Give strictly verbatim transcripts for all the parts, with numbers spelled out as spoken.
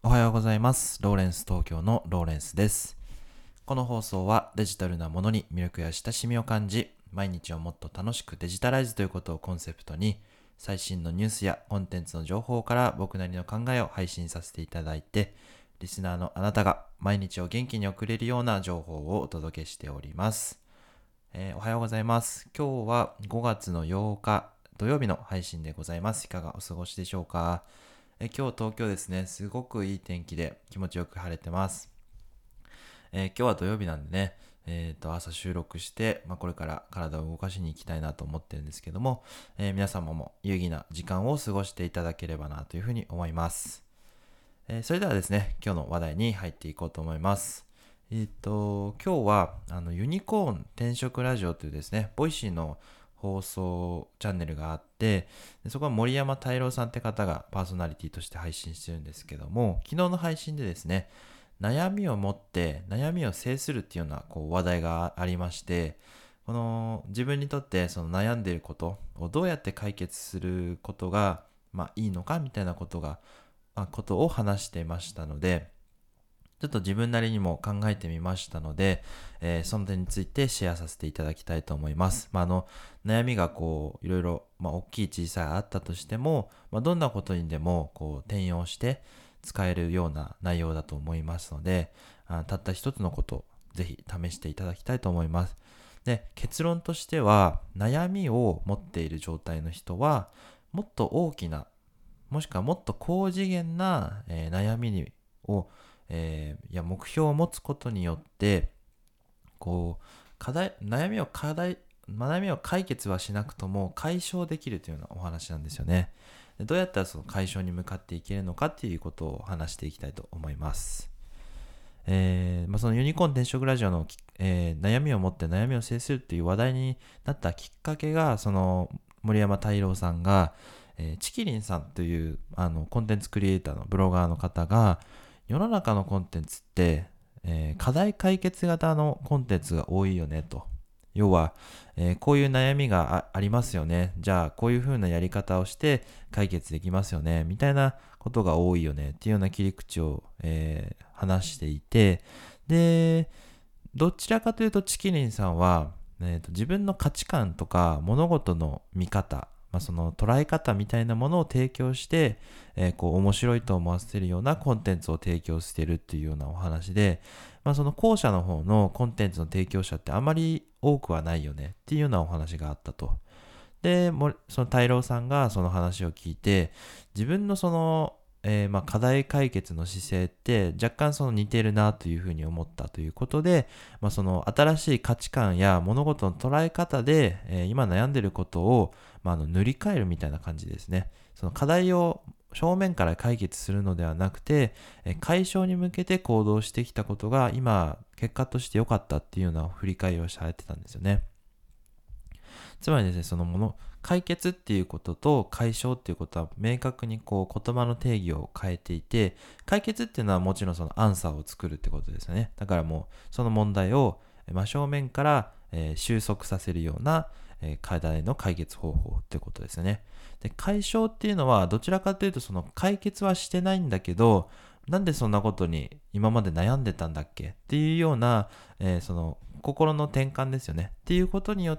おはようございます。ローレンス東京のローレンスです。この放送はデジタルなものに魅力や親しみを感じ、毎日をもっと楽しくデジタライズということをコンセプトに、最新のニュースやコンテンツの情報から僕なりの考えを配信させていただいて、リスナーのあなたが毎日を元気に送れるような情報をお届けしております。えーおはようございます。今日はごがつのようか土曜日の配信でございます。いかがお過ごしでしょうか。え今日東京ですね、すごくいい天気で気持ちよく晴れてます。えー今日は土曜日なんでね、えーと朝収録して、まあ、これから体を動かしに行きたいなと思ってるんですけども、えー皆様も有意義な時間を過ごしていただければなというふうに思います。えーそれではですね、今日の話題に入っていこうと思います。えっ、と、今日はあのユニコーン転職ラジオというですね、ボイシーの放送チャンネルがあって、でそこは森山太郎さんって方がパーソナリティとして配信してるんですけども、昨日の配信でですね、悩みを持って悩みを制するっていうようなこう話題がありまして、この自分にとってその悩んでいることをどうやって解決することが、まあ、いいのかみたいなことが、まあ、ことを話していましたので、ちょっと自分なりにも考えてみましたので、えーその点についてシェアさせていただきたいと思います。まあ、あの悩みがこういろいろ、まあ、大きい小さいあったとしても、まあ、どんなことにでもこう転用して使えるような内容だと思いますので、あたった一つのことをぜひ試していただきたいと思います。で、結論としては、悩みを持っている状態の人はもっと大きな、もしくはもっと高次元な、えー悩みにを、えーいや目標を持つことによって、こう課題悩みを課題悩みを解決はしなくとも解消できるというようなお話なんですよね。でどうやったらその解消に向かっていけるのかっていうことを話していきたいと思います。えーまあ、そのユニコーン転職ラジオのき、えー悩みを持って悩みを制するっていう話題になったきっかけが、その森山太郎さんが、えーチキリンさんというあのコンテンツクリエイターのブロガーの方が、世の中のコンテンツって、えー課題解決型のコンテンツが多いよねと。要は、えーこういう悩みが あ, ありますよね。じゃあこういう風なやり方をして解決できますよね。みたいなことが多いよねっていうような切り口を、えー話していて、で、どちらかというとチキリンさんは、えーと自分の価値観とか物事の見方、まあ、その捉え方みたいなものを提供して、えーこう面白いと思わせるようなコンテンツを提供しているっていうようなお話で、まあ、その後者の方のコンテンツの提供者ってあまり多くはないよねっていうようなお話があったと。で、もその太郎さんがその話を聞いて、自分のその、えーまあ課題解決の姿勢って若干その似てるなというふうに思ったということで、まあ、その新しい価値観や物事の捉え方で、えー今悩んでることを、まあ、あの塗り替えるみたいな感じですね。その課題を正面から解決するのではなくて、えー解消に向けて行動してきたことが今結果として良かったっていうような振り返りをされてたんですよね。つまりですね、そのもの、解決っていうことと解消っていうことは明確にこう言葉の定義を変えていて、解決っていうのはもちろんそのアンサーを作るってことですよね。だからもうその問題を真正面から、えー収束させるような、えー課題の解決方法ってことですよね。で、解消っていうのはどちらかというとその解決はしてないんだけど、なんでそんなことに今まで悩んでたんだっけっていうような、えーその心の転換ですよね。っていうことによって、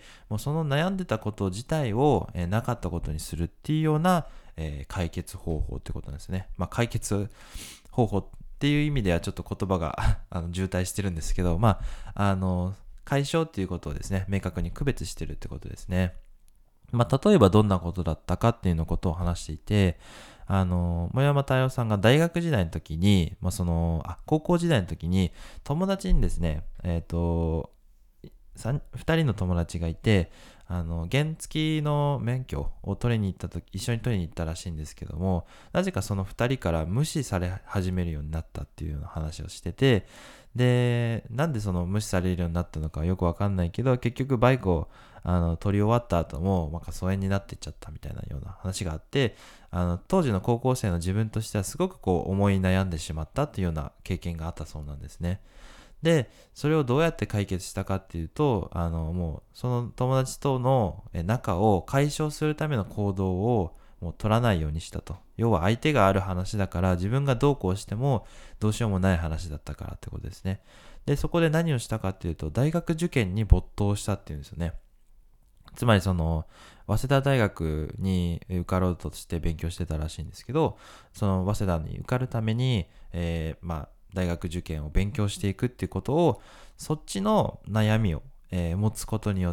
もうその悩んでたこと自体を、えーなかったことにするっていうような、えー解決方法ってことなんですね。まあ、解決方法っていう意味ではちょっと言葉があの渋滞してるんですけど、まあ、あの、解消っていうことをですね、明確に区別してるってことですね。まあ、例えばどんなことだったかっていうのことを話していて、あの、森山太陽さんが大学時代の時に、まあ、その、あ、高校時代の時に、友達にですね、えっと、ふたりの友達がいて、あの、原付の免許を取りに行った時、一緒に取りに行ったらしいんですけども、なぜかそのふたりから無視され始めるようになったっていうような話をしてて、で、なんでその無視されるようになったのかよくわかんないけど、結局バイクをあの取り終わった後も、なんか疎遠になっていっちゃったみたいなような話があって、あの当時の高校生の自分としてはすごくこう思い悩んでしまったっていうような経験があったそうなんですね。で、それをどうやって解決したかっていうと、あの、もう、その友達とのえ仲を解消するための行動を、 もう取らないようにしたと。要は相手がある話だから、自分がどうこうしてもどうしようもない話だったからってことですね。で、そこで何をしたかっていうと、大学受験に没頭したっていうんですよね。つまりその、早稲田大学に受かろうとして勉強してたらしいんですけど、その早稲田に受かるために、えー、まあ、大学受験を勉強していくっていうことを、そっちの悩みを、えー、持つことによって、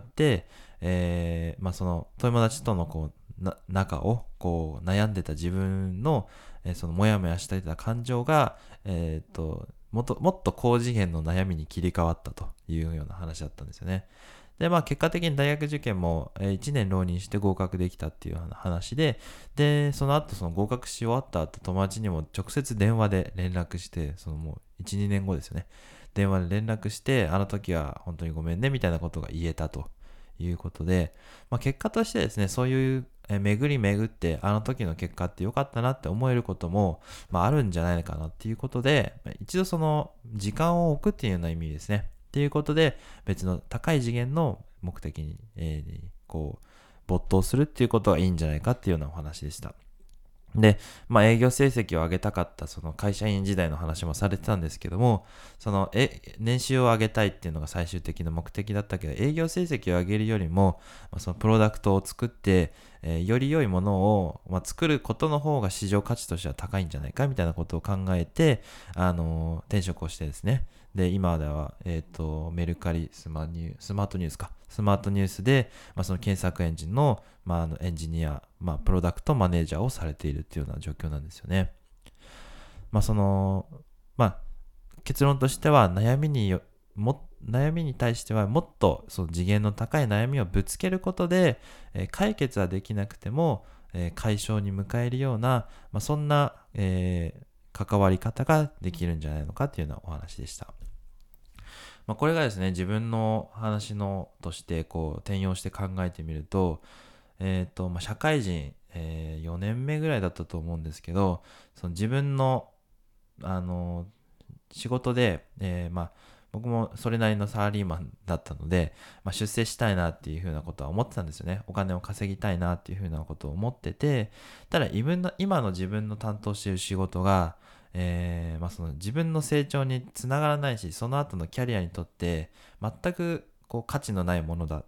えー、まあその友達とのこうな仲をこう悩んでた自分の、えー、そのモヤモヤしてた感情が、えー、ともっともっと高次元の悩みに切り替わったというような話だったんですよね。で、まあ結果的に大学受験もいちねん浪人して合格できたっていう話で、で、その後その合格し終わった後友達にも直接電話で連絡して、そのもういち、にねんごですよね。電話で連絡して、あの時は本当にごめんねみたいなことが言えたということで、まあ結果としてですね、そういう巡り巡ってあの時の結果って良かったなって思えることも、まあ、あるんじゃないかなっていうことで、一度その時間を置くっていうような意味ですね。っていうことで、別の高い次元の目的に、えー、こう、没頭するっていうことがいいんじゃないかっていうようなお話でした。で、まあ営業成績を上げたかったその会社員時代の話もされてたんですけども、そのえ年収を上げたいっていうのが最終的な目的だったけど、営業成績を上げるよりも、まあ、そのプロダクトを作って、えー、より良いものを、まあ、作ることの方が市場価値としては高いんじゃないかみたいなことを考えて、あのー転職をしてですね、で、今では、えっ、と、メルカリスマニュー、スマートニュースか。スマートニュースで、まあ、その検索エンジンの、まあ、あのエンジニア、まあ、プロダクトマネージャーをされているっていうような状況なんですよね。まあ、その、まあ、結論としては、悩みによ、も、悩みに対しては、もっとその次元の高い悩みをぶつけることで、えー解決はできなくても、えー解消に迎えるような、まあ、そんな、えー関わり方ができるんじゃないのかっていうようなお話でした。まあ、これがですね、自分の話のとしてこう転用して考えてみると、えっと、まあ、社会人、えーよねんめぐらいだったと思うんですけど、その自分の、あの、仕事で、えーまあ、僕もそれなりのサラリーマンだったので、まあ、出世したいなっていうふうなことは思ってたんですよね。お金を稼ぎたいなっていうふうなことを思ってて、ただ今の今の自分の担当している仕事が、えーまあ、その自分の成長につながらないし、その後のキャリアにとって全くこう価値のないものだって、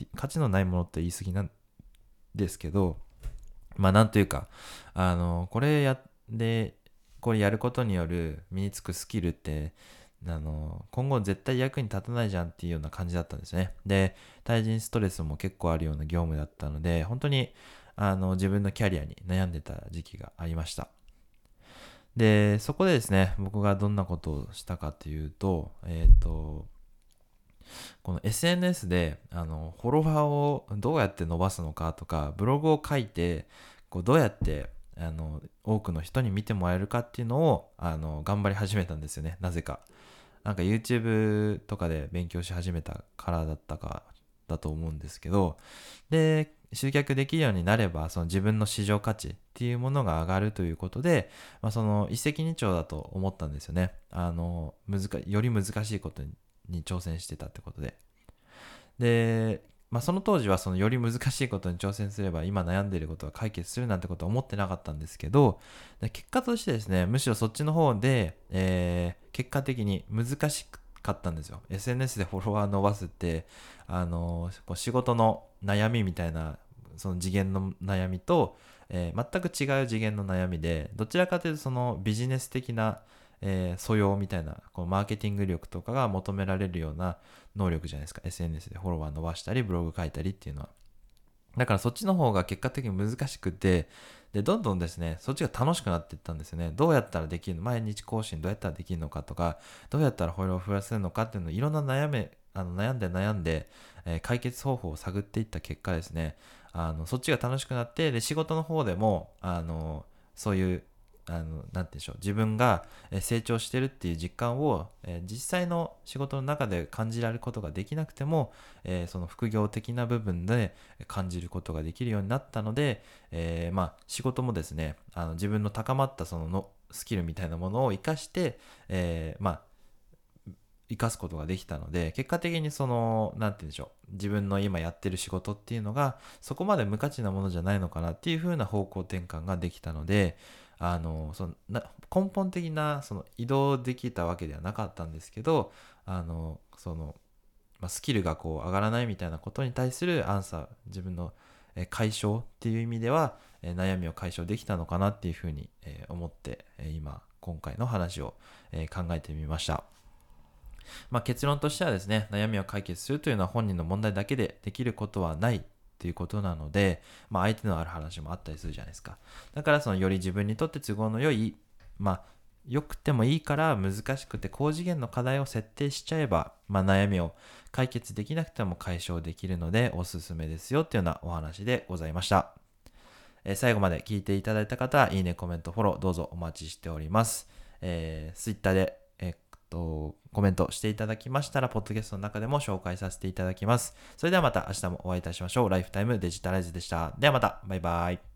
価値のないものって言い過ぎなんですけど、まあなんというか、あの、これや、で、これやることによる身につくスキルって、あの、今後絶対役に立たないじゃんっていうような感じだったんですね。で、対人ストレスも結構あるような業務だったので、本当に、あの、自分のキャリアに悩んでた時期がありました。で、そこでですね、僕がどんなことをしたかというと、えっと、この エスエヌエス であのフォロワーをどうやって伸ばすのかとか、ブログを書いてこうどうやってあの多くの人に見てもらえるかっていうのをあの頑張り始めたんですよね。なぜかなんか YouTube とかで勉強し始めたからだったかだと思うんですけど、で集客できるようになればその自分の市場価値っていうものが上がるということで、まあ、その一石二鳥だと思ったんですよね。あの難より難しいことにに挑戦してたってことで。で、まあ、その当時はそのより難しいことに挑戦すれば今悩んでいることが解決するなんてことは思ってなかったんですけど、結果としてですね、むしろそっちの方で、えー結果的に難しかったんですよ。エスエヌエス でフォロワー伸ばすって、あのこう仕事の悩みみたいな、その次元の悩みと、えー全く違う次元の悩みで、どちらかというとそのビジネス的な、えー素養みたいなこうマーケティング力とかが求められるような能力じゃないですか。 エスエヌエス でフォロワー伸ばしたりブログ書いたりっていうのは。だからそっちの方が結果的に難しくて、でどんどんですねそっちが楽しくなっていったんですよね。どうやったらできるの、毎日更新どうやったらできるのかとか、どうやったらフォロワーを増やせるのかっていうのをいろんな悩めあの悩んで悩んで、えー解決方法を探っていった結果ですね、あのそっちが楽しくなって、で仕事の方でもあのそういうあのなんて言うんでしょう、自分がえー成長してるっていう実感を、えー実際の仕事の中で感じられることができなくても、えーその副業的な部分で感じることができるようになったので、えーまあ仕事もですね、あの自分の高まったそののスキルみたいなものを活かして、えーまあ生かすことができたので、結果的にその、なんて言うんでしょう、自分の今やってる仕事っていうのが、そこまで無価値なものじゃないのかなっていう風な方向転換ができたので、あの、そのな根本的なその移動できたわけではなかったんですけど、あの、その、まあ、スキルがこう上がらないみたいなことに対するアンサー、自分のえー解消っていう意味では、えー悩みを解消できたのかなっていうふうに、えー思って、えー今、今回の話を、えー考えてみました。まあ、結論としてはですね、悩みを解決するというのは本人の問題だけでできることはないということなので、まあ、相手のある話もあったりするじゃないですか。だからそのより自分にとって都合の良い、まあ、良くてもいいから難しくて高次元の課題を設定しちゃえば、まあ、悩みを解決できなくても解消できるのでおすすめですよっていうようなお話でございました。えー最後まで聞いていただいた方は、いいね、コメント、フォロー、どうぞお待ちしております。えー、Twitter で、えーっと、コメントしていただきましたら、ポッドキャストの中でも紹介させていただきます。それではまた明日もお会いいたしましょう。ライフタイムデジタライズでした。ではまた、バイバイ。